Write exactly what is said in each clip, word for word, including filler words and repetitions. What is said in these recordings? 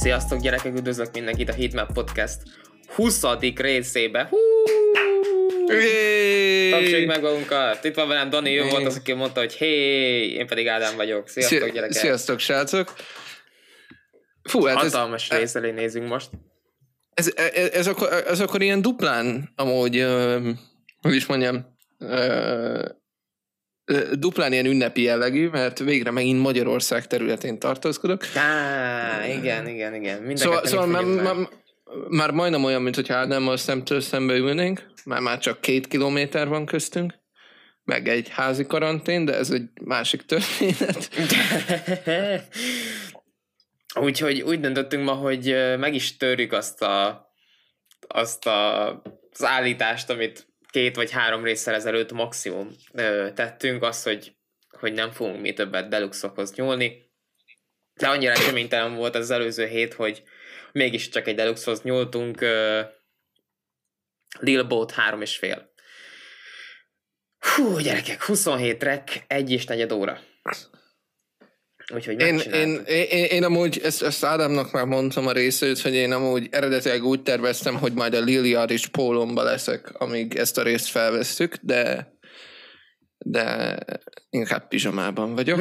Sziasztok gyerekek, üdvözlök mindenkit a Heatmap Podcast huszadik részébe. Hú! Tapsoljuk meg magunkat. Itt van velem Dani, ő volt az, aki mondta, hogy hé, én pedig Ádám vagyok. Sziasztok gyerekek. Sziasztok srácok. Fú, hát hatalmas ez, rész elé nézünk most. Ez, ez, ez, akkor, ez akkor ilyen duplán, amúgy, uh, hogy is mondjam, uh, duplán ilyen ünnepi jellegű, mert végre megint Magyarország területén tartózkodok. Á, igen, igen, igen. Szóval, szóval már, már, már majdnem olyan, mint hogyha Ádámmal szemtől szembe ülnénk, már, már csak két kilométer van köztünk, meg egy házi karantén, de ez egy másik történet. Úgyhogy úgy döntöttünk ma, hogy meg is törjük azt a, azt a, az állítást, amit két vagy három résszel ezelőtt maximum ö, tettünk, az, hogy, hogy nem fogunk mi többet deluxokhoz nyúlni. De annyira eseménytelen volt az előző hét, hogy mégiscsak egy deluxhoz nyúltunk. Ö, Lil Boat három és fél. Hú, gyerekek, huszonhét track, egy és negyed óra. Úgyhogy én, én, én, én amúgy, ezt, ezt Ádámnak már mondtam a részét, hogy én amúgy eredetileg úgy terveztem, hogy majd a Lil Yachty is pólomba leszek, amíg ezt a részt felvesszük, de de inkább pizsamában vagyok.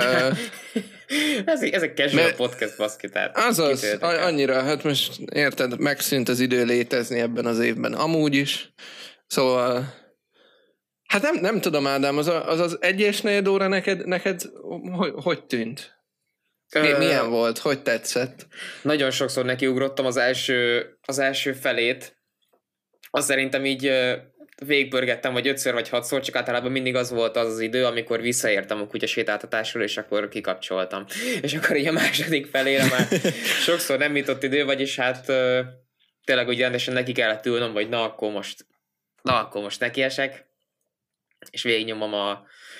ez, ez egy casual mert podcast, baszki, tehát azaz, annyira, hát most érted, megszűnt az idő létezni ebben az évben amúgy is, szóval hát nem, nem tudom, Ádám, az az, az egy és negyed óra neked, neked hogy, hogy tűnt? Mi, uh, milyen volt? Hogy tetszett? Nagyon sokszor nekiugrottam az első, az első felét. Azt szerintem így végigpörgettem, vagy ötször vagy hatszor, csak általában mindig az volt az az idő, amikor visszaértem a kutyasétáltatásról, és akkor kikapcsoltam. És akkor így a második felére már sokszor nem jutott idő, vagyis hát tényleg úgy rendesen neki kellett ülnöm, vagy na akkor most, na akkor most nekiesek. És végignyomom a,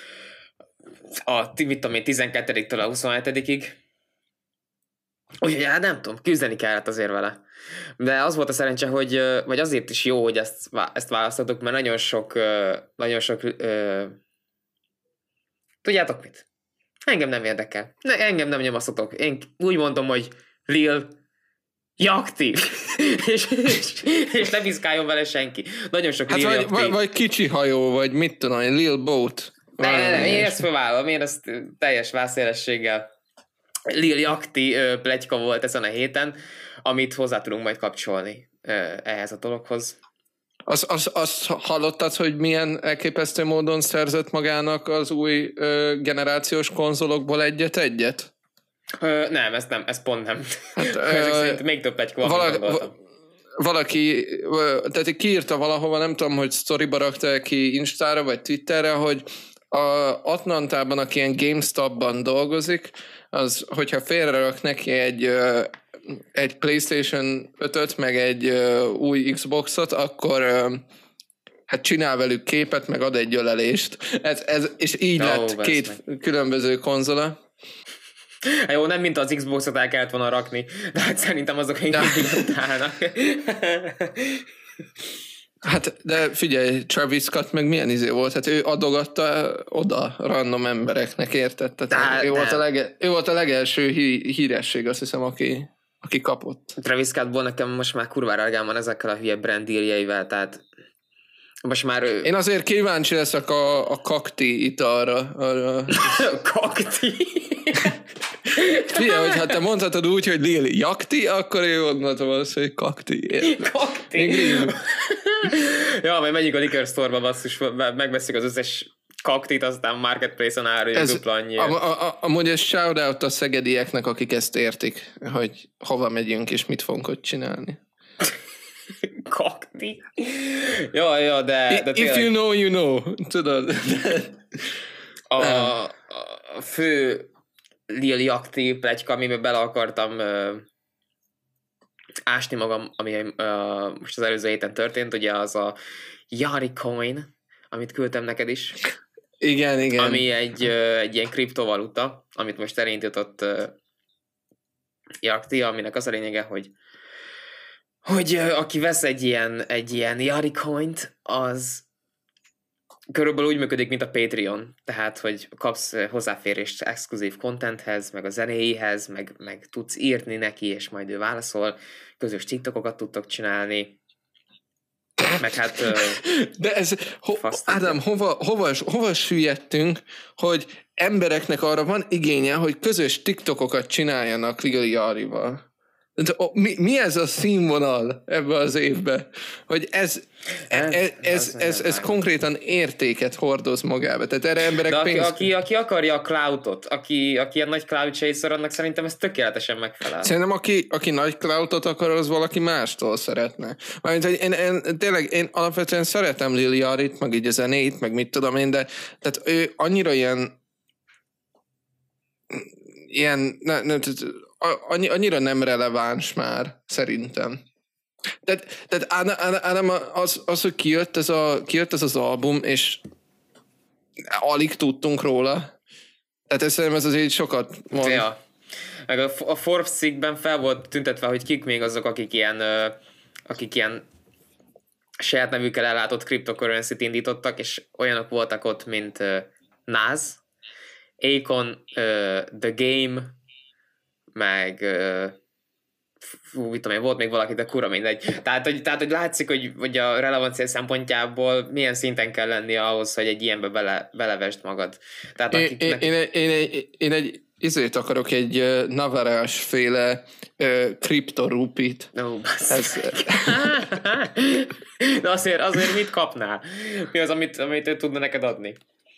a mit tudom én, tizenkettediktől a huszonhetedikig. Úgyhogy hát nem tudom, küzdeni kellett azért vele. De az volt a szerencse, hogy, vagy azért is jó, hogy ezt, ezt választottuk, mert nagyon sok, nagyon sok, uh, tudjátok mit? Engem nem érdekel. Ne, engem nem nyomasztotok. Én úgy mondom, hogy Lil Yachty. és, és, és ne piszkáljon vele senki. Nagyon sok hát Lil vagy, Yachty. vagy kicsi hajó, vagy mit tudom, Lil Boat. Ne, ne, ne, én ezt felvállalom, én ezt teljes vászélességgel. Lil Yachty pletyka volt ezen a héten, amit hozzá tudunk majd kapcsolni ehhez a dologhoz. Azt az, az hallottad, hogy milyen elképesztő módon szerzett magának az új ö, generációs konzolokból egyet-egyet? Ö, nem, ezt nem, ez pont nem. Hát, Ezek szerint még több pletyka van, vala, gondoltam. Valaki, tehát kiírta valahova, nem tudom, hogy sztoriba rakta ki Instára vagy Twitterre, hogy a Atlantában, aki ilyen GameStop-ban dolgozik, az, hogyha félrerak neki egy, egy PlayStation ötöt, meg egy új Xboxot, akkor hát csinál velük képet, meg ad egy ölelést. Ez, ez, és így oh, lett két meg. különböző konzola. Hát jó, nem mint az Xboxot el kellett volna rakni, de hát szerintem azok még mindig állnak. Hát, de figyelj, Travis Scott meg milyen izé volt, hát ő adogatta oda random embereknek, érted? Tehát ő, volt a lege, ő volt a legelső hí, híresség, azt hiszem, aki, aki kapott. Travis Scottból nekem most már kurvára argám van ezekkel a hülye brand dealjeivel, tehát most már... Ő... Én azért kíváncsi leszek a, a kakti italra. Arra... kakti? Figyelj, hogy hát te mondhatod úgy, hogy Lil Yachty, akkor én mondhatom azt, hogy kakti. Kakti? Ja, majd megyünk a liquor store-ba, basszus, megveszünk az összes kaktit, aztán Marketplace-on áruljuk dupla annyi. Amúgy ez shout-out a szegedieknek, akik ezt értik, hogy hova megyünk és mit fogunk ott csinálni. Kakti? Jó, jó, de... de If you know, you know. Tudod? a, a fő Lil Yachty pletyka, amiben bele akartam uh, ásni magam, ami uh, most az előző héten történt, ugye az a Yachty Coin, amit küldtem neked is. Igen, igen. Ami egy, uh, egy ilyen kriptovaluta, amit most elindított uh, Yachty, aminek az a lényege, hogy hogy uh, aki vesz egy ilyen, egy ilyen Yachty Coint, az körülbelül úgy működik, mint a Patreon, tehát, hogy kapsz hozzáférést exkluzív contenthez, meg a zenéihez, meg, meg tudsz írni neki, és majd ő válaszol, közös TikTokokat tudtok csinálni, meg hát... De ez, ho- Ádám, hova, hova, hova süllyedtünk, hogy embereknek arra van igénye, hogy közös TikTokokat csináljanak Lil Yachtyval? Mi, mi ez a színvonal ebbe az évbe? Hogy ez, ez, ez, ez, ez, ez konkrétan értéket hordoz magába. Tehát erre emberek De aki, pénzt... aki, aki akarja a cloudot, aki, aki ilyen nagy cloud chaser, annak szerintem ez tökéletesen megfelel. Szerintem aki, aki nagy cloudot akar, az valaki mástól szeretne. Mármint, hogy én, én, tényleg én alapvetően szeretem Lil Yachtyt, meg így a zenét, meg mit tudom én, de tehát ő annyira ilyen ilyen ne, ne, annyi, annyira nem releváns már, szerintem. Tehát, tehát Ádám, az, az, hogy kijött ez, a, kijött ez az album, és alig tudtunk róla. Tehát ez szerintem ez azért sokat van. Ja. Meg a, a Forbes cikkben fel volt tüntetve, hogy kik még azok, akik ilyen, akik ilyen saját nevükkel ellátott cryptocurrency-t indítottak, és olyanok voltak ott, mint Nas, Akon, uh, The Game, meg uh, fú, mit tudom én, volt még valaki, de kurva mindegy. Tehát, hogy, tehát, hogy látszik, hogy, hogy a relevancia szempontjából milyen szinten kell lenni ahhoz, hogy egy ilyenbe bele, belevesd magad. Tehát, én, akiknek... én, én, én, én, én egy izét akarok, egy uh, Navarás féle uh, kriptorupit. No, Ez... De azért, azért mit kapnál? Mi az, amit, amit ő tudna neked adni?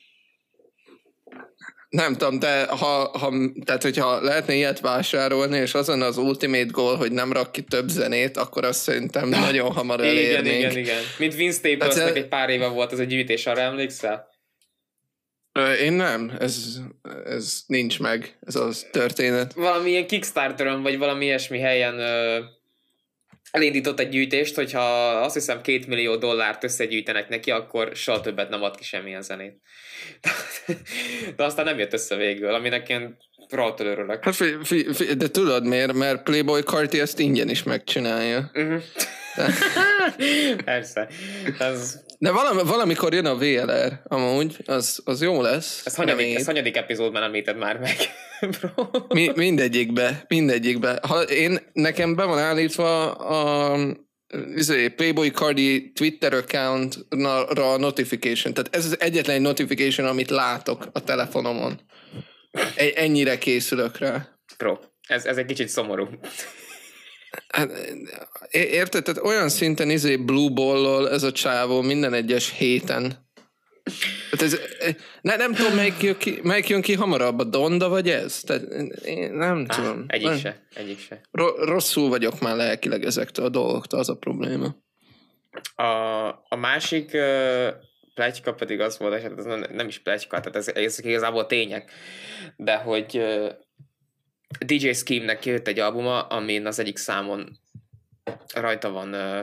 Nem tudom, de ha, ha, tehát, hogyha lehetne ilyet vásárolni, és azon az ultimate goal, hogy nem rak ki több zenét, akkor azt szerintem nagyon hamar elérnénk. Igen, igen, igen. Mint Vince Staplesnek tehát, egy pár éve volt az egy gyűjtés, arra emlékszel? Én nem, ez, ez nincs meg, ez az történet. Valamilyen Kickstarteron, vagy valami ilyesmi helyen ö, elindított egy gyűjtést, hogyha azt hiszem két millió dollárt összegyűjtenek neki, akkor soha többet nem ad ki semmilyen zenét. De aztán nem jött össze végül, aminek én rohadtul örülök. Hát fi, fi, fi, de tudod miért? Mert Playboy Carti ezt ingyen is megcsinálja. Uh-huh. De... Persze. Ez... De valami, valamikor jön a vé el er, amúgy, az, az jó lesz. Ez hanyadik, ez hanyadik epizódban említed már meg, bro. Mi, mindegyikbe, mindegyikbe. Ha én, nekem be van állítva a, a Playboy Cardi Twitter accountra notification. Tehát ez az egyetlen notification, amit látok a telefonomon. Ennyire készülök rá. Bro, ez, ez egy kicsit szomorú. Hát, érted? Tehát olyan szinten izé blue ball-lal ez a csávó minden egyes héten. Hát ez, ne, nem tudom, melyik jön, ki, melyik jön ki hamarabb, a Donda vagy ez? Tehát, én nem ah, tudom. Egyik nem. se, egyik se. Rosszul vagyok már lelkileg ezektől a dolgoktól, az a probléma. A, a másik uh, pletyka pedig az volt, és ez nem, nem is pletyka, tehát ez, ez igazából tények, de hogy uh, dé dzsé Scheme-nek jött egy albuma, amin az egyik számon rajta van uh,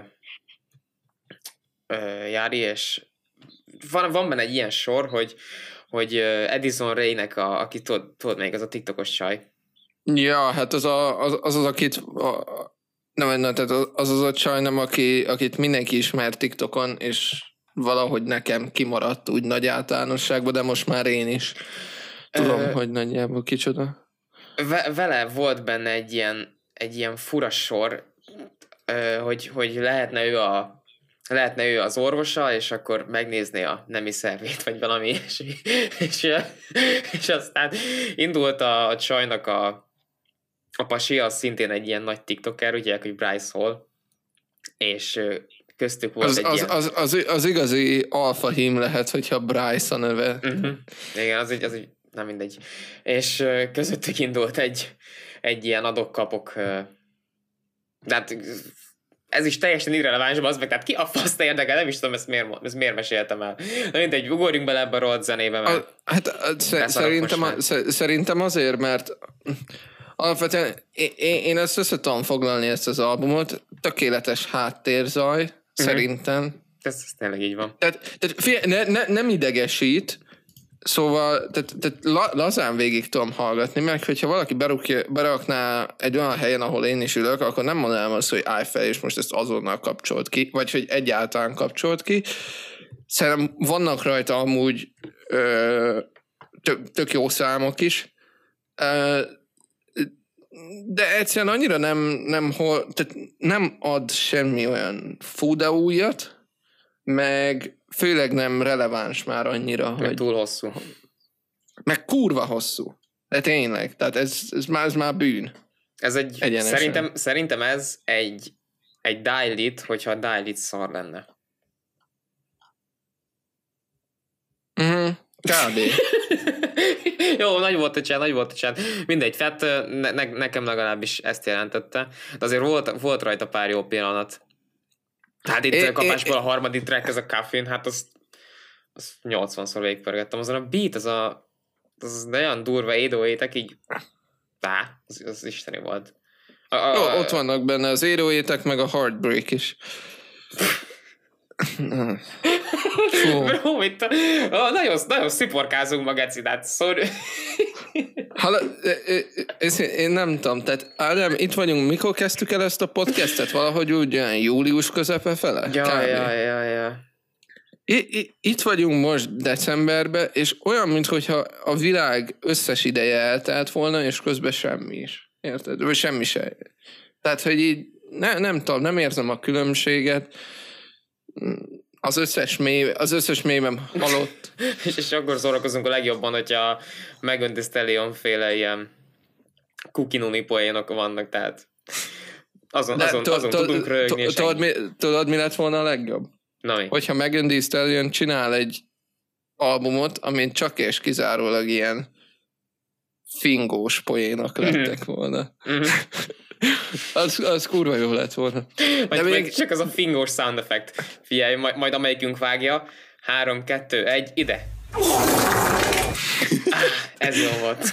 uh, Jári, és van, van benne egy ilyen sor, hogy, hogy uh, Edison Ray-nek, a, aki tudod, tudod még, az a TikTokos csaj. Ja, hát az a, az, az, az akit a, nem, nem, tehát az az a csaj, nem, aki, akit mindenki ismer TikTokon, és valahogy nekem kimaradt úgy nagy általánosságban, de most már én is tudom, uh, hogy nagyjából kicsoda. Ve- vele volt benne egy ilyen, egy ilyen fura sor, hogy, hogy lehetne ő a lehetne ő az orvosa, és akkor megnézné a nemi szervét, vagy valami ilyesmi. és, és aztán indult a, a csajnak a, a pasi, az szintén egy ilyen nagy tiktoker, ugye, hogy Bryce Hall, és köztük volt az, egy az, ilyen... Az, az, az igazi alfa hím lehet, hogyha Bryce a neve. Uh-huh. Igen, az egy, az egy nem mindegy. És közöttük indult egy, egy ilyen adok-kapok. De hát ez is teljesen irreleváns, az meg, tehát ki a faszt érdekel, nem is tudom, ezt miért, ezt miért meséltem el. Na mindegy, ugorjunk bele ebbe a rohadt zenébe, mert... A, hát a, sz- szerintem, a, sz- szerintem azért, mert alapvetően én, én ezt össze tudom foglalni, ezt az albumot, tökéletes háttérzaj, uh-huh. szerintem. Ez, ez tényleg így van. Tehát, tehát figyelj, ne, ne, nem idegesít, szóval tehát, tehát lazán végig tudom hallgatni, meg hogyha valaki berukja, berakná egy olyan helyen, ahol én is ülök, akkor nem mondanám azt, hogy állj fel, és most ezt azonnal kapcsolt ki, vagy hogy egyáltalán kapcsolt ki. szerintem vannak rajta amúgy ö, tök, tök jó számok is, ö, de egyszerűen annyira nem, nem, hol, tehát nem ad semmi olyan fú de újat, meg főleg nem releváns már annyira, meg hogy... túl hosszú. Meg kurva hosszú. De tényleg, tehát ez, ez, már, ez már bűn. Ez egy, szerintem, szerintem ez egy, egy die-lit, hogyha a die-lit szar lenne. Mhm, kb. Jó, nagy volt a csend, nagy volt a csend. Mindegy, hát ne, ne, nekem legalábbis ezt jelentette. De azért volt, volt rajta pár jó pillanat. Hát itt é, kapásból é, a harmadik track, ez a Caffeine, hát azt, azt nyolcvanszor végigpörgettem. Azon a beat, az a az olyan durva édóétek, így á, az, az isteni volt. A, a, Jó, ott vannak benne az édóétek, meg a Heartbreak is. Bro, itt a, a, nagyon, nagyon sziporkázunk ma, geci, hát sorry. Hala, én nem tudom, tehát Ádám, itt vagyunk, mikor kezdtük el ezt a podcastet? Valahogy úgy olyan július közepe fele? Ja, ja, ja, ja. I- itt vagyunk most decemberben, és olyan, mintha a világ összes ideje eltelt volna, és közben semmi is. Érted? Vagy semmi se. Tehát, hogy így ne, nem tudom, nem érzem a különbséget. Az összes mély, az összes mélyem halott. és, és akkor szórakozunk a legjobban, hogyha Megan Thee Stallion féle ilyen kukinuni poénok vannak, tehát azon, azon, azon tudunk röhögni. Tudod, mi lett volna a legjobb? Na mi? Hogyha Megan Thee Stallion csinál egy albumot, amin csak és kizárólag ilyen fingós poénok lettek volna. Mm-hmm. az, az kurva jó lett volna. De még... még csak az a fingós sound effect. Figyelj, majd, majd amelyikünk vágja. Három, kettő, egy, ide. Ez jó volt.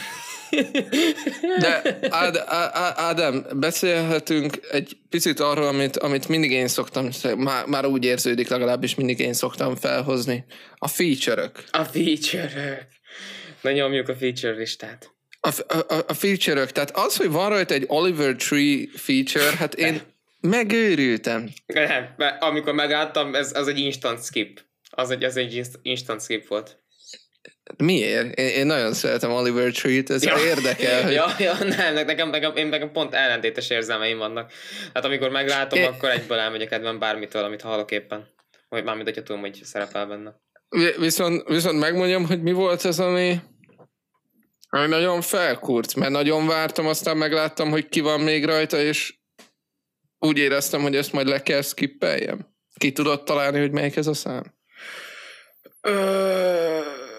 De Ád, Ádám, beszélhetünk egy picit arról, amit, amit mindig én szoktam, már, már úgy érződik, legalábbis mindig én szoktam felhozni. A feature-ök. A feature-ök. Na nyomjuk a feature listát. A, a, a feature-ök, tehát az, hogy van rajta egy Oliver Tree feature, hát én megőrültem. Nem, mert amikor megálltam, ez az egy instant skip. Az egy, az egy instant skip volt. Miért? Én, én nagyon szeretem Oliver Tree-t, ez ja. érdekel. Hogy... Ja, ja, nem, nekem, nekem, én, nekem pont ellentétes érzelmeim vannak. Hát amikor meglátom, é... akkor egyből elmegy a kedvem bármitől, amit hallok éppen. Vagy mármint, hogyha tudom, hogy szerepel benne. Viszont, viszont megmondjam, hogy mi volt ez, ami, ami nagyon felkurt, mert nagyon vártam, aztán megláttam, hogy ki van még rajta, és úgy éreztem, hogy ezt majd le kell skippeljem. Ki tudod találni, hogy melyik ez a szám? Ö...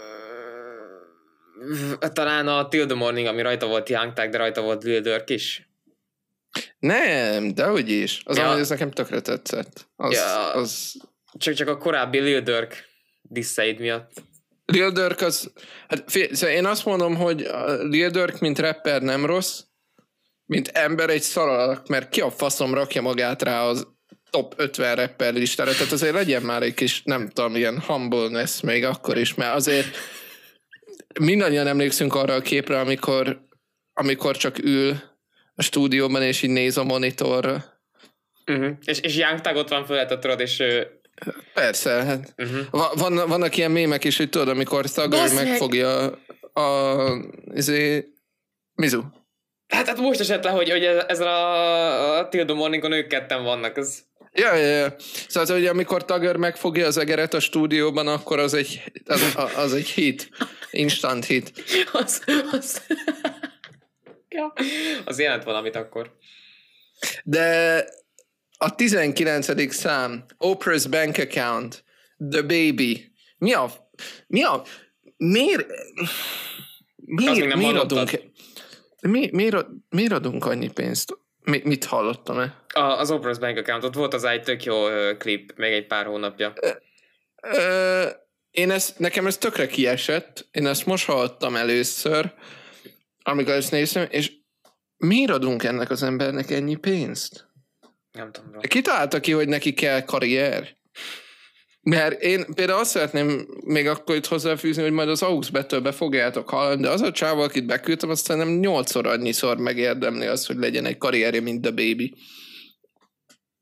Talán a Till the Morning, ami rajta volt Young Thug, de rajta volt Lil Durk is. Nem, de úgy is. Az, ja. ez nekem tökre tetszett. Az, ja. az... Csak, csak a korábbi Lil Durk disseid miatt. Lil Durk az... Hát fél, szóval én azt mondom, hogy a Lil Durk mint rapper nem rossz, mint ember egy szaralak, mert ki a faszom rakja magát rá az top ötven rapper listára, tehát azért legyen már egy kis, nem tudom, ilyen humbleness még akkor is, mert azért mindannyian emlékszünk arra a képre, amikor, amikor csak ül a stúdióban, és így néz a monitorra. Uh-huh. És, és Young Thug ott van fölött, tudod, és... Persze, hát uh-huh. van, vannak ilyen mémek is, hogy tudod, amikor Thugger megfogja a, a izé, Mizu. Hát, hát most esett le, hogy, hogy ezen a, a Till the Morningon ők ketten vannak. Ez... Ja, ja, ja. Szóval, hogy amikor Thugger megfogja az egeret a stúdióban, akkor az egy, az, az egy hit. Instant hit. az, az... ja. Az jelent valamit akkor. De a tizenkilencedik szám, Oprah's Bank Account, The Baby. Mi a... Mi a... Miért... Miért, miért adunk... Mi, miért, miért adunk annyi pénzt? Mi, mit hallottam-e? A, az Oprah's Bank Accountot volt az egy tök jó ö, klip, még egy pár hónapja. Ö, ö, én ezt, nekem ez tökre kiesett. Én ezt most hallottam először, amikor ezt néztem, és miért adunk ennek az embernek ennyi pénzt? Nem tudom. Bro. Ki találta ki, hogy neki kell karrier? Mert én például azt szeretném még akkor itt hozzáfűzni, hogy majd az aux betől fogjátok hallani, de az a csáva, akit beküldtem, aztán nem nyolcszor annyiszor megérdemli az, hogy legyen egy karrierje, mint The Baby.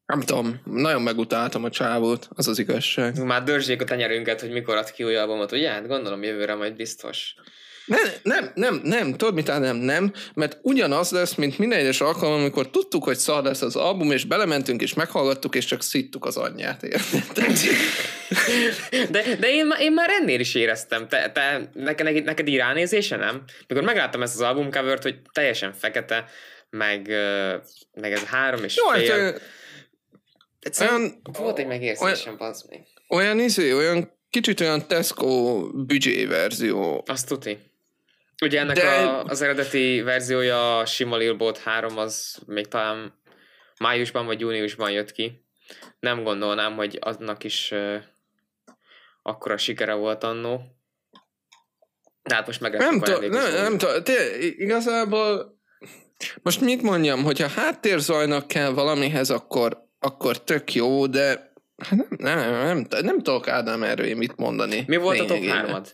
Nem tudom, nagyon megutáltam a csávót, az az igazság. Már dörzsék a tenyerünket, hogy mikor ad ki új albumot, ugye? Hát gondolom jövőre majd biztos. Nem, nem, nem, nem, tudod mit, nem, nem, mert ugyanaz lesz, mint minden egyes alkalom, amikor tudtuk, hogy szar lesz az album, és belementünk, és meghallgattuk, és csak szittuk az anyját, érted? De, de én, én már ennél is éreztem. Te, te, neked, neked így ránézése, nem? Mikor megláttam ezt az albumcovert, hogy teljesen fekete, meg, meg ez három és Jó, fél. Hát, olyan, volt egy megérzésem, bazd még. Olyan izé, olyan kicsit olyan Tesco büdzsé verzió. Azt tuti. Ugye ennek De... a, az eredeti verziója, a sima Lil Boat három, az még talán májusban vagy júniusban jött ki. Nem gondolnám, hogy annak is uh, akkora sikere volt annó. De hát most Nem tudom, nem, nem tudom, igazából most mit mondjam, hogyha háttérzajnak kell valamihez, akkor, akkor tök jó, de nem, nem, nem, nem, nem tudok Ádám erről én mit mondani. Mi volt a top hármad?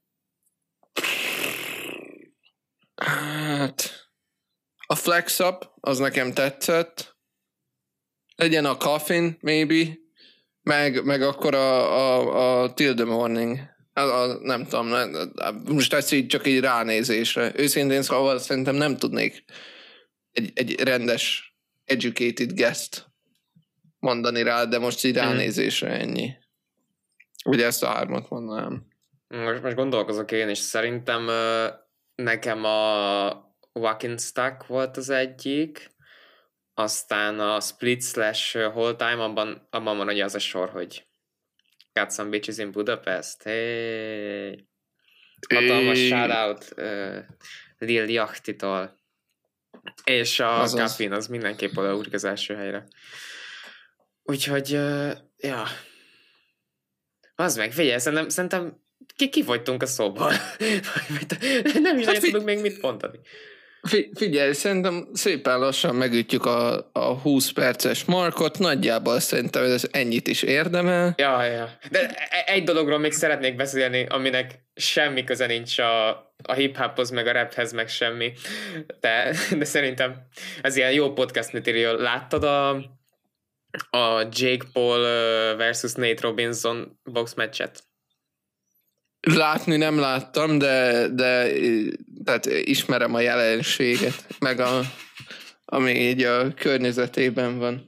Hát a Flex Up, az nekem tetszett. Legyen a Coffin, maybe. Meg, meg akkor a, a, a Till the Morning. A, a, nem tudom, most ezt így csak így ránézésre. Őszintén szóval szerintem nem tudnék egy, egy rendes educated guest mondani rá, de most így ránézésre ennyi. Ugye ezt a hármat mondanám. Most, most gondolkozok én, és szerintem uh, nekem a Walking Stuck volt az egyik, aztán a Split slash Whole Time, abban, abban van ugye az a sor, hogy Got some bitches in Budapest, hey. Hatalmas hey. Shoutout uh, Lil Yachtitól. És a Caffeine az mindenképp odaúrik az első helyre. Úgyhogy, uh, ja. Az meg, figyelj, szerintem, szerintem ki, kifogytunk a szóból. Nem is hát fi- tudunk még mit mondani. Fi- figyelj, szerintem szépen lassan megütjük a, a húsz perces markot, nagyjából szerintem ez ennyit is érdemel. Ja, ja. De egy dologról még szeretnék beszélni, aminek semmi köze nincs a, a hip-hophoz, meg a raphez, meg semmi. De, de szerintem ez ilyen jó podcast material. Láttad a, a Jake Paul versus Nate Robinson box matchet? Látni nem láttam, de, de tehát ismerem a jelenséget, meg a, ami így a környezetében van.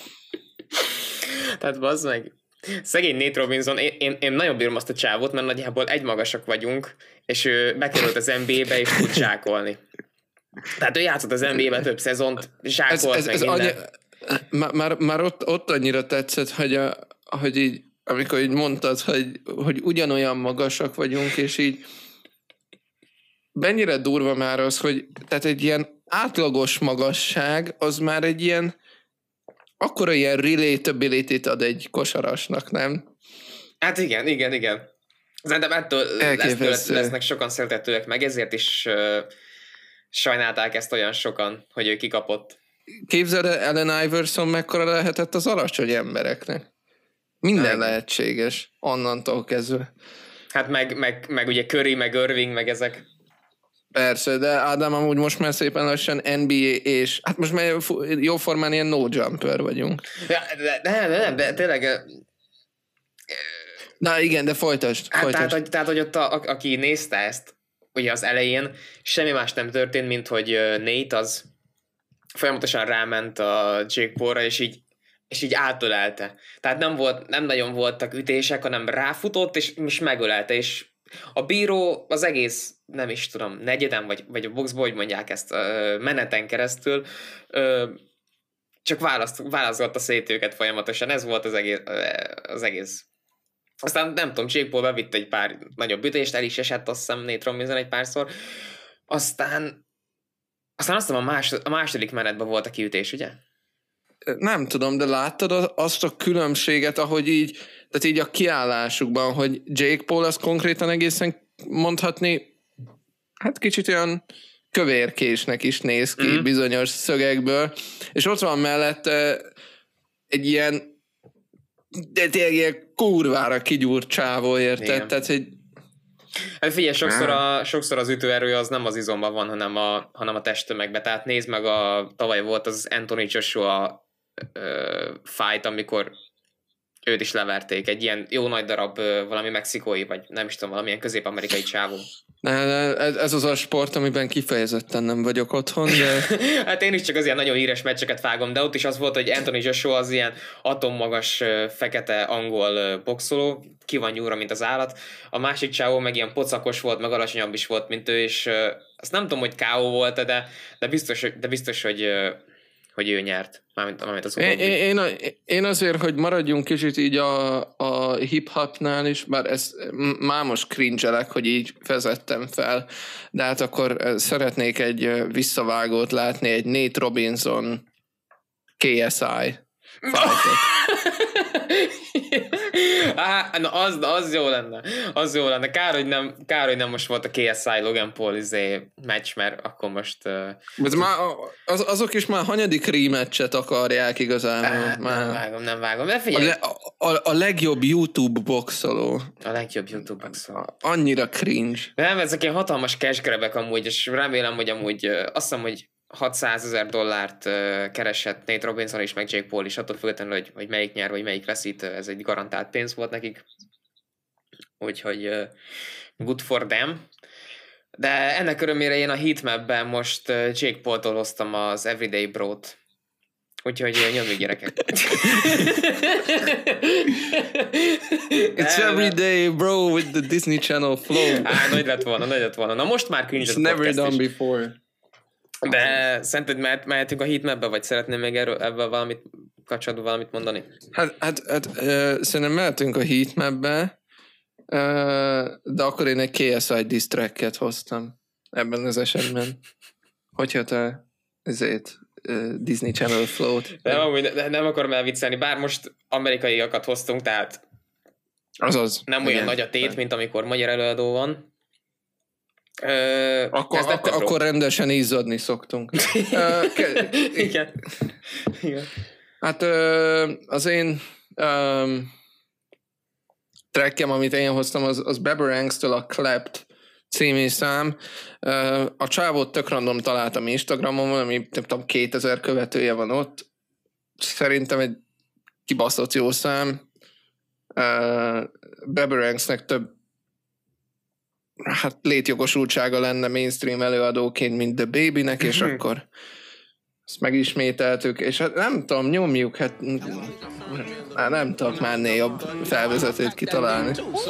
Tehát bazd meg, szegény Nate Robinson, én, én, én nagyon bírom azt a csávót, mert nagyjából egymagasak vagyunk, és ő bekerült az en bé á-be, és tud zsákolni. Tehát ő játszott az en bé á-be több szezont, zsákolt ez, ez, meg ez minden. Annyi, már, már ott, ott annyira tetszett, hogy, a, hogy így amikor így mondtad, hogy, hogy ugyanolyan magasak vagyunk, és így mennyire durva már az, hogy tehát egy ilyen átlagos magasság, az már egy ilyen akkora ilyen relatability-t ad egy kosarasnak, nem? Hát igen, igen, igen. Szerintem ettől lesz, lesznek sokan szeretetőek meg, ezért is uh, sajnálták ezt olyan sokan, hogy ő kikapott. Képzeld el, Allen Iverson mekkora lehetett az alacsony embereknek? Minden meg. Lehetséges, onnantól kezdve. Hát meg, meg, meg ugye Curry, meg Irving, meg ezek. Persze, de Ádám amúgy most már szépen lassan en bé á és hát most már jóformán ilyen no jumper vagyunk. Ja, de, de, de, de, de tényleg... Na igen, de folytasd. Hát, folytasd. Tehát, hogy, tehát, hogy ott a, a, aki nézte ezt, ugye az elején, semmi más nem történt, mint hogy Nate az folyamatosan ráment a Jake Paulra, és így és így átölelte. Tehát nem, volt, nem nagyon voltak ütések, hanem ráfutott, és, és megölelte, és a bíró az egész, nem is tudom, negyeden, vagy, vagy a boxból, hogy mondják ezt, meneten keresztül, csak választ, válaszgatta szét őket folyamatosan, ez volt az egész. Az egész. Aztán nem tudom, Jake Paul bevitt egy pár nagyobb ütést, el is esett, azt hiszem, Nate Robinson egy párszor, aztán aztán azt hiszem a, másod, a második menetben volt a kiütés, ugye? Nem tudom, de láttad azt a különbséget, ahogy így, tehát így a kiállásukban, hogy Jake Paul az konkrétan egészen mondhatni, hát kicsit olyan kövérkésnek is néz ki mm-hmm. bizonyos szögekből, és ott van mellette egy ilyen de tényleg ilyen kurvára kigyúrt csávó, érted? Tehát, hogy hát figyelj, sokszor, a, sokszor az ütőerője az nem az izomban van, hanem a, hanem a testtömegben. Tehát nézd meg, a, tavaly volt az Anthony Joshua ö, fight, amikor őt is leverték, egy ilyen jó nagy darab ö, valami mexikói, vagy nem is tudom, valamilyen közép-amerikai csávó. Ne, ne, ez, ez az a sport, amiben kifejezetten nem vagyok otthon, de... Hát én is csak az ilyen nagyon híres meccseket vágom, de ott is az volt, hogy Anthony Joshua az ilyen atommagas, ö, fekete angol ö, boxoló, ki van nyúlva, mint az állat. A másik csávó meg ilyen pocakos volt, meg alacsonyabb is volt, mint ő, és ö, azt nem tudom, hogy ká ó volt, de, de biztos, hogy, de biztos, hogy ö, hogy ő nyert, mármint, mármint az én, én, én azért, hogy maradjunk kicsit így a, a hip-hopnál is, bár ez már most cringe-elek, hogy így vezettem fel, de hát akkor szeretnék egy visszavágót látni, egy Nate Robinson ká es i fightot. Á, na az, az jó lenne. Az jó lenne. Kár, hogy nem, kár, hogy nem most volt a ká es i Logan Paul izé meccs, mert akkor most... Uh... Ez már, az, azok is már hanyadik rematchet akarják igazán. Á, már... Nem vágom, nem vágom. De figyelj. A, le, a, a legjobb YouTube boxoló. A legjobb YouTube boxoló. Annyira cringe. Nem, ezek ilyen hatalmas cash grabek amúgy, és remélem, hogy amúgy azt hiszem, hogy hatszázezer dollárt uh, keresett Nate Robinson is, meg Jake Paul is, attól függetlenül, hogy, hogy melyik nyer, vagy melyik veszít, ez egy garantált pénz volt nekik. Úgyhogy uh, good for them. De ennek örömére én a heatmapben most uh, Jake Paul-tól hoztam az Everyday Bro-t. Úgyhogy uh, nyomjuk gyerekek. It's everyday bro with the Disney Channel flow. Á, nagy lett volna, nagy lett volna. Na most már cringe It's never done is. before. De szerinted mehet, mehetünk a heatmapbe, vagy szeretném még erről, ebből valamit kapcsolatban valamit mondani? Hát, hát, hát uh, szerintem mehetünk a heatmapbe, uh, de akkor én egy ká es i diss tracket hoztam ebben az esetben. Hogyha te ezért uh, Disney Channel flow-t. Nem, nem, nem akarom elviccelni, bár most amerikaiakat hoztunk, tehát azaz. Nem igen, olyan nagy a tét, mint amikor magyar előadó van. Ö, akkor, akkor, akkor rendesen izzadni szoktunk. uh, ke- Igen. Igen. Hát uh, az én um, trackem, amit én hoztam, az, az Beberangs-től a Clapped című szám. Uh, a csávót tök random találtam Instagramon, ami nem tudom, kétezer követője van ott. Szerintem egy kibaszott jó szám. Uh, Beberangs-nek több hát létjogosultsága lenne mainstream előadóként, mint The Babynek, és akkor ezt megismételtük, és hát nem tudom, nyomjuk, hát hát nem tudok már ennél jobb felvezetőt kitalálni.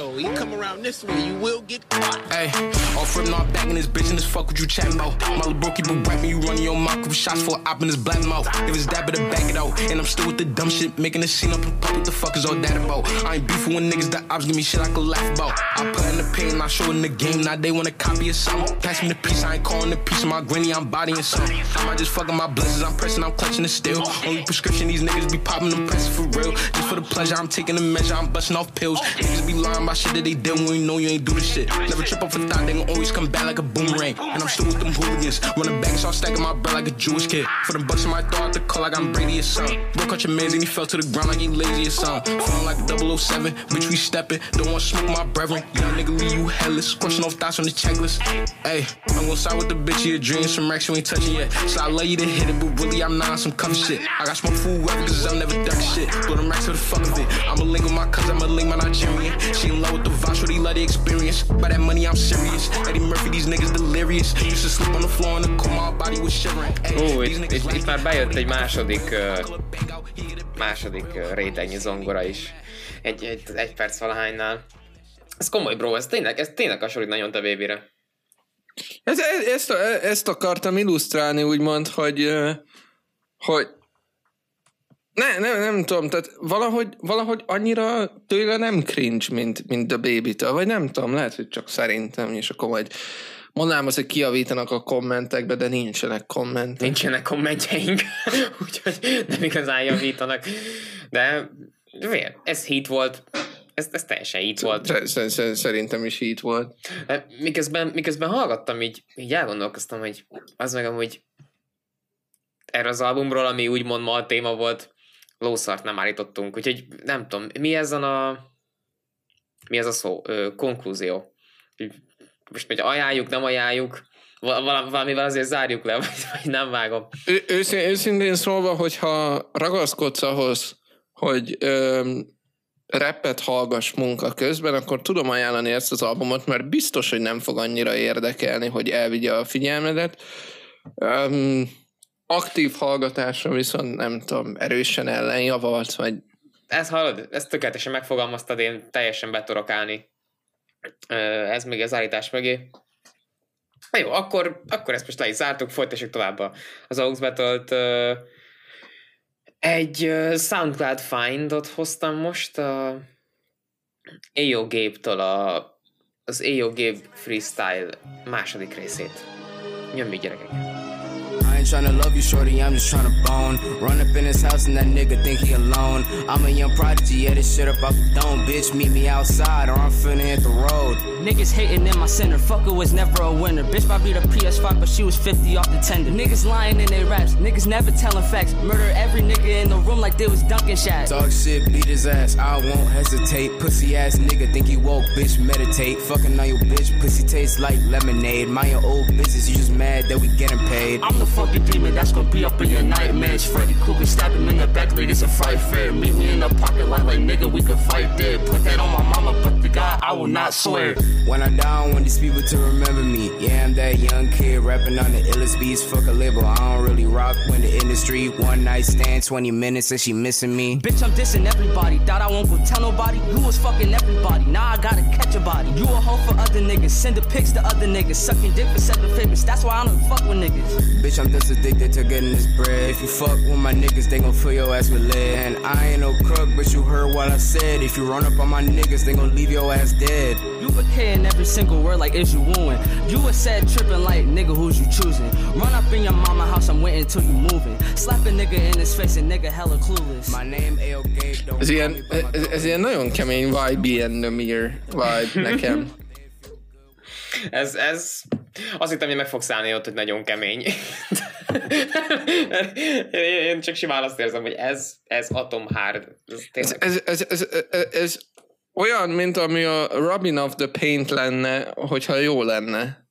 Hey, off rip not back in this bitch in this fuck with you chatting about. My little bro keep it rap me, you running your mouth with shots for op in this black mouth. If it's that, better back it out. And I'm still with the dumb shit, making a scene up and pop. What the fuck is all that about? I ain't beefing with niggas, the ops give me shit I could laugh about. I put in the pain, I show in the game, now they wanna copy or something. Pass me the piece, I ain't calling the piece of my granny, I'm bodying something. I might just fucking my blessings, I'm pressing, I'm clutching the steel. Only prescription, these niggas be popping them presses for real. Just for the pleasure, I'm taking a measure, I'm busting off pills. Niggas be lying about shit that they did when you know you ain't do the shit. Never trip off a thought, they gon' always come back like a boomerang. And I'm still with them hooligans, running back, so I'm stacking my bread like a Jewish kid. For them bucks in my thought, the call like I'm Brady or something. Bro caught your mans and he fell to the ground like he lazy or something. Feeling like double oh seven, bitch we steppin'. Don't want smoke my brethren, young nigga leave you headless. Crushing off thoughts on the checklist. Hey, I'm gon' side with the bitch, your dreams, some racks you ain't touching yet. So I love you to hit it, but really I'm not on some cuff shit. I got smoke food weapon cause I'm never duck shit. Blow them racks for the fuck of it. I'ma link with my cousin, I'ma link my Nigerian. She in love with the vibes, so they love the experience. By that money I'm serious. Eddie Murphy, these niggas delirious. Used to sleep on the floor and the cool, my body was shivering. Ó, itt, itt, itt már bejött egy második uh, második uh, rétegnyi zongora is. Egy, egy, egy perc valahánynál. Ez komoly, bro, ez tényleg, ez tényleg hasonlít nagyon te Babyre. Ez, ezt, ezt akartam illusztrálni, úgymond, hogy hogy ne, nem, nem tudom, tehát valahogy, valahogy annyira tőle nem cringe, mint, mint a Baby-től, vagy nem tudom, lehet, hogy csak szerintem, és akkor majd mondanám azt, hogy kiavítanak a kommentekbe, de nincsenek kommentek. Nincsenek kommentjeink, úgyhogy nem igazán javítanak. De miért? Ez hit volt. Ez, ez teljesen hit volt. Szerintem is hit volt. Miközben, miközben hallgattam, így, így elgondolkoztam, hogy az meg amúgy erre az albumról, ami úgymond ma a téma volt, lószart nem állítottunk. Úgyhogy nem tudom, mi ez a mi ez a szó? Ö, konklúzió. Most, hogy ajánljuk, nem ajánljuk, Val- valamivel azért zárjuk le, vagy, vagy nem vágom. Ő, őszín, őszintén szólva, hogyha ragaszkodsz ahhoz, hogy öm, rappet hallgass munka közben, akkor tudom ajánlani ezt az albumot, mert biztos, hogy nem fog annyira érdekelni, hogy elvigye a figyelmedet. Öm, aktív hallgatásra viszont nem tudom, erősen ellenjavalt, vagy... Ez hallod, ezt tökéletesen megfogalmaztad, én teljesen betorok állni. Ez még az állítás mögé. Na jó, akkor, akkor ezt most le is zártuk, folytassuk tovább az Aux Battle-t. Egy SoundCloud Find-ot hoztam most a á o Gabe-től a, az á o Gabe Freestyle második részét. Nyomj, gyerekek! I ain't tryna love you, shorty, I'm just tryna bone. Run up in his house and that nigga think he alone. I'm a young prodigy, yeah, this shit up off the dome. Bitch, meet me outside or I'm finna hit the road. Niggas hating in my center, fucker was never a winner. Bitch might be the P S five, but she was fifty off the tender. Niggas lying in their raps, niggas never telling facts. Murder every nigga in the room like they was Dunkin' Shack. Talk shit, beat his ass, I won't hesitate. Pussy ass nigga think he woke, bitch, meditate. Fucking on your bitch, pussy tastes like lemonade. Mind your old business, you just mad that we getting paid. I'm the fucking demon that's gonna be up in your nightmares. Freddy Krueger stab him in the back like it's a fight fair. Meet me in the parking lot like nigga we can fight there. Put that on my mama, but the God I will not swear. When I die I want these people to remember me. Yeah, I'm that young kid rapping on the illest beats. Fuck a label, I don't really rock when the industry. One night stand, twenty minutes and she missing me. Bitch, I'm dissing everybody. Thought I won't go tell nobody. You was fucking everybody. Now I gotta catch a body. You a hoe for other niggas. Send the pics to other niggas. Sucking dick for seven figures. That's why I don't fuck with niggas. Bitch, I'm just addicted to getting this bread. If you fuck with my niggas, they gon' fill your ass with lead. And I ain't no crook, but you heard what I said. If you run up on my niggas, they gon' leave your ass dead. You been hearing every single word like is you wooing. You was said tripping like nigga who's you choosing. Run up in your mama house, I'm waiting till you moving. Slap a nigga in his face and nigga hella clueless. My name A O Gabe, don't Ez call ilyen, me by my ez, ez ilyen nagyon kemény vibe, and the mirror vibe nekem. Ez, ez... Azt hittem, hogy meg fogsz állni ott, hogy nagyon kemény. Én csak simán azt érzem, hogy ez, ez atom hard. Ez, ez, ez, ez, ez, ez olyan, mint ami a Robin of the Paint lenne, hogyha jó lenne.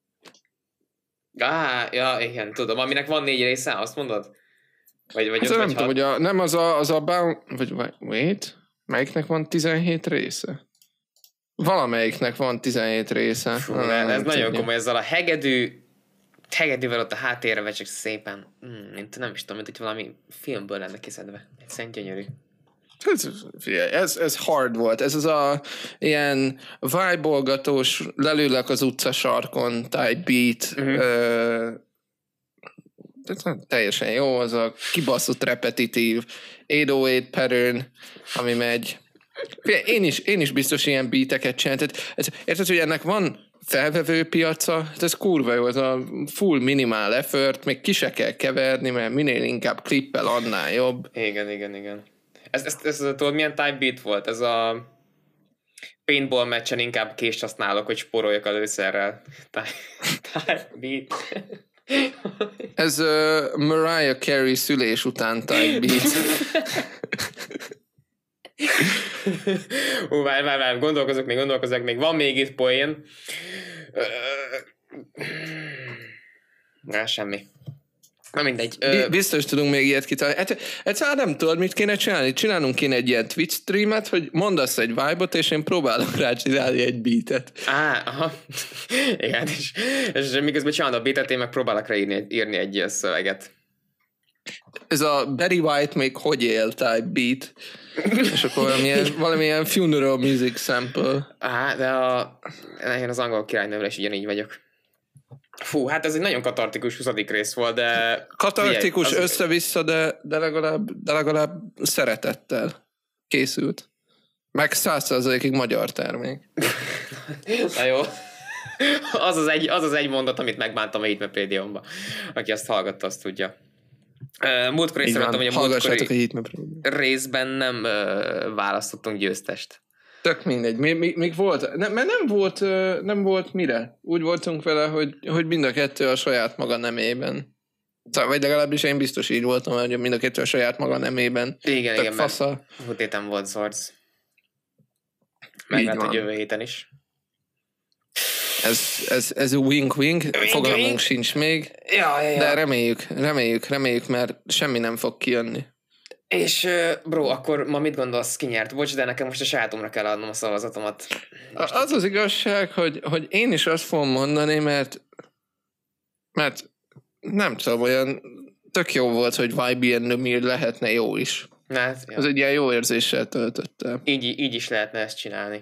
Á, ja, igen, tudom. Aminek van négy része, azt mondod? Vagy, vagy Hát öt, nem vagy tudom, hat? hogy a, nem az a, az a bound, vagy wait, melyiknek van tizenhét része? Valamelyiknek van tizenhét része. Fú, nem, ez nem nagyon tudja. komoly, ezzel a hegedű, hegedűvel ott a háttérre vagy csak szépen, mm, mint nem is tudom, mint hogy valami filmből lenne kiszedve. Egyszerűen gyönyörű. Ez, figyelj, ez, ez hard volt. Ez az a ilyen vibe-olgatós, lelőlek az utca sarkon type beat. Uh-huh. Ö, teljesen jó, az a kibaszott repetitív hétszáznyolcvannyolc pattern, ami megy. Figyelj, én is, én is biztos ilyen beateket csináltam. Érted, hogy ennek van felvevő piaca? Ez kurva jó, ez a full minimál effort, még ki se kell keverni, mert minél inkább klippel, annál jobb. Igen, igen, igen. Ez, ez, ez, ez tudod, milyen type beat volt? Ez a paintball meccsen inkább kést használok, hogy spóroljak a lőszerrel. Type beat. Ez uh, Mariah Carey szülés után type beat. Hú, várj, várj, várj, gondolkozok még, gondolkozok még. Van még itt poén. Na, semmi. Na mindegy. B- biztos tudunk még ilyet kitalálni. Hát, egyszerűen nem tudod, mit kéne csinálni. Csinálunk kéne egy ilyen Twitch streamet, hogy mondasz egy vibe-ot, és én próbálok rá csinálni egy beatet. Á, aha. Igen, és, és miközben csinálod a beatet, én meg próbálok rá írni, írni egy ilyen szöveget. Ez a Barry White még hogy él type beat. És akkor valamilyen, valamilyen funeral music sample. Á, de a, én az angol királynővel is ugyanígy vagyok. Fú, hát ez egy nagyon katartikus huszadik rész volt, de... Katartikus figyelj, az... össze-vissza, de, de, legalább, de legalább szeretettel készült. Meg száz százalékig magyar termék. Na jó. Az az, egy, az az egy mondat, amit megbántam a Hitmap Radio-ba. Aki azt hallgatta, azt tudja. Múltkor észrevettem, hogy a múltkori a részben nem uh, választottunk győztest. Tök mindegy. Mi, mi, még volt, ne, mert nem volt, nem volt mire. Úgy voltunk vele, hogy, hogy mind a kettő a saját maga nemében. Vagy legalábbis én biztos így voltam, hogy mind a kettő a saját maga nemében. Igen, Tök igen, fasza. mert húsz héten volt Zorz. Meg lehet, hogy jövő héten is. Ez, ez, ez a wink-wink, fogalmunk sincs még, Ja, ja, ja. de reméljük, reméljük, reméljük, mert semmi nem fog kijönni. És bro, akkor ma mit gondolsz, ki nyert? Bocs, de nekem most a sajátomra kell adnom a szavazatomat. A- Az az igazság, hogy, hogy én is azt fogom mondani, mert mert nem tudom, olyan tök jó volt, hogy Y B N Nömir lehetne jó is. Hát, ja. Ez egy ilyen jó érzéssel töltötte. így, így is lehetne ezt csinálni.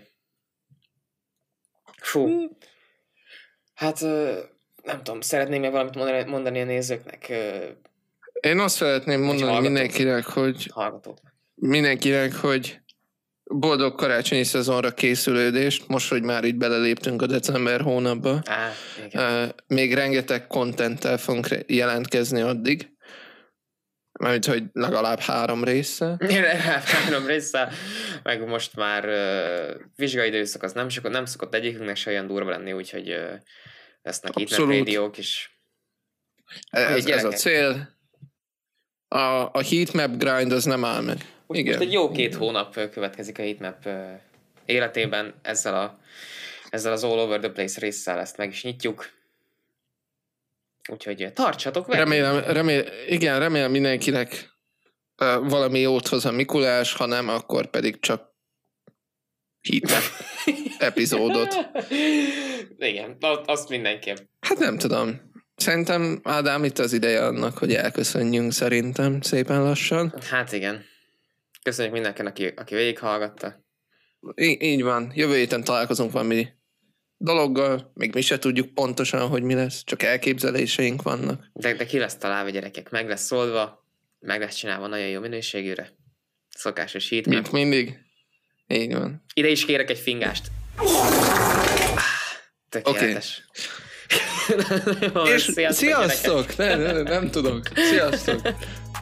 Fú. Hát nem tudom, szeretném még valamit mondani, mondani a nézőknek, Én azt szeretném mondani hallgatók. mindenkinek, hogy hallgatóknak. mindenkinek, hogy boldog karácsonyi szezonra készülődést, most, hogy már itt beleléptünk a december hónapba. Á, igen. Uh, még rengeteg contenttel fogunk re- jelentkezni addig. Mármint, hogy legalább három része. Három része, meg most már uh, vizsgai időszak az nem, sokat, nem szokott egyikünknek se olyan durva lenni, úgyhogy uh, lesznek itt Abszolút. rádiók is. Ez, ez a gyerekek. cél. A, a heatmap grind az nem áll meg. Most, Igen. most egy jó két hónap ö, következik a Heatmap uh, életében, ezzel, a, ezzel az All Over the Place résszel ezt meg is nyitjuk. Úgyhogy tartsatok velünk! Remélem, remélem, igen, remélem mindenkinek uh, valami jót hoz a Mikulás, ha nem, akkor pedig csak heatmap epizódot. Igen, azt mindenképp. Hát nem tudom. Szerintem, Ádám, itt az ideje annak, hogy elköszönjünk szerintem szépen lassan. Hát igen. Köszönjük mindenkinek, aki, aki végighallgatta. Í- így van. Jövő héten találkozunk valami dologgal. Még mi se tudjuk pontosan, hogy mi lesz. Csak elképzeléseink vannak. De, de ki lesz találva, gyerekek? Meg lesz szólva, meg lesz csinálva nagyon jó minőségűre. Szokásos Heatmap. Mint mindig. Így van. Ide is kérek egy fingást. Ah, tökéletes. Okay. És sziasztok! Ne, ne, ne, nem tudok. Sziasztok!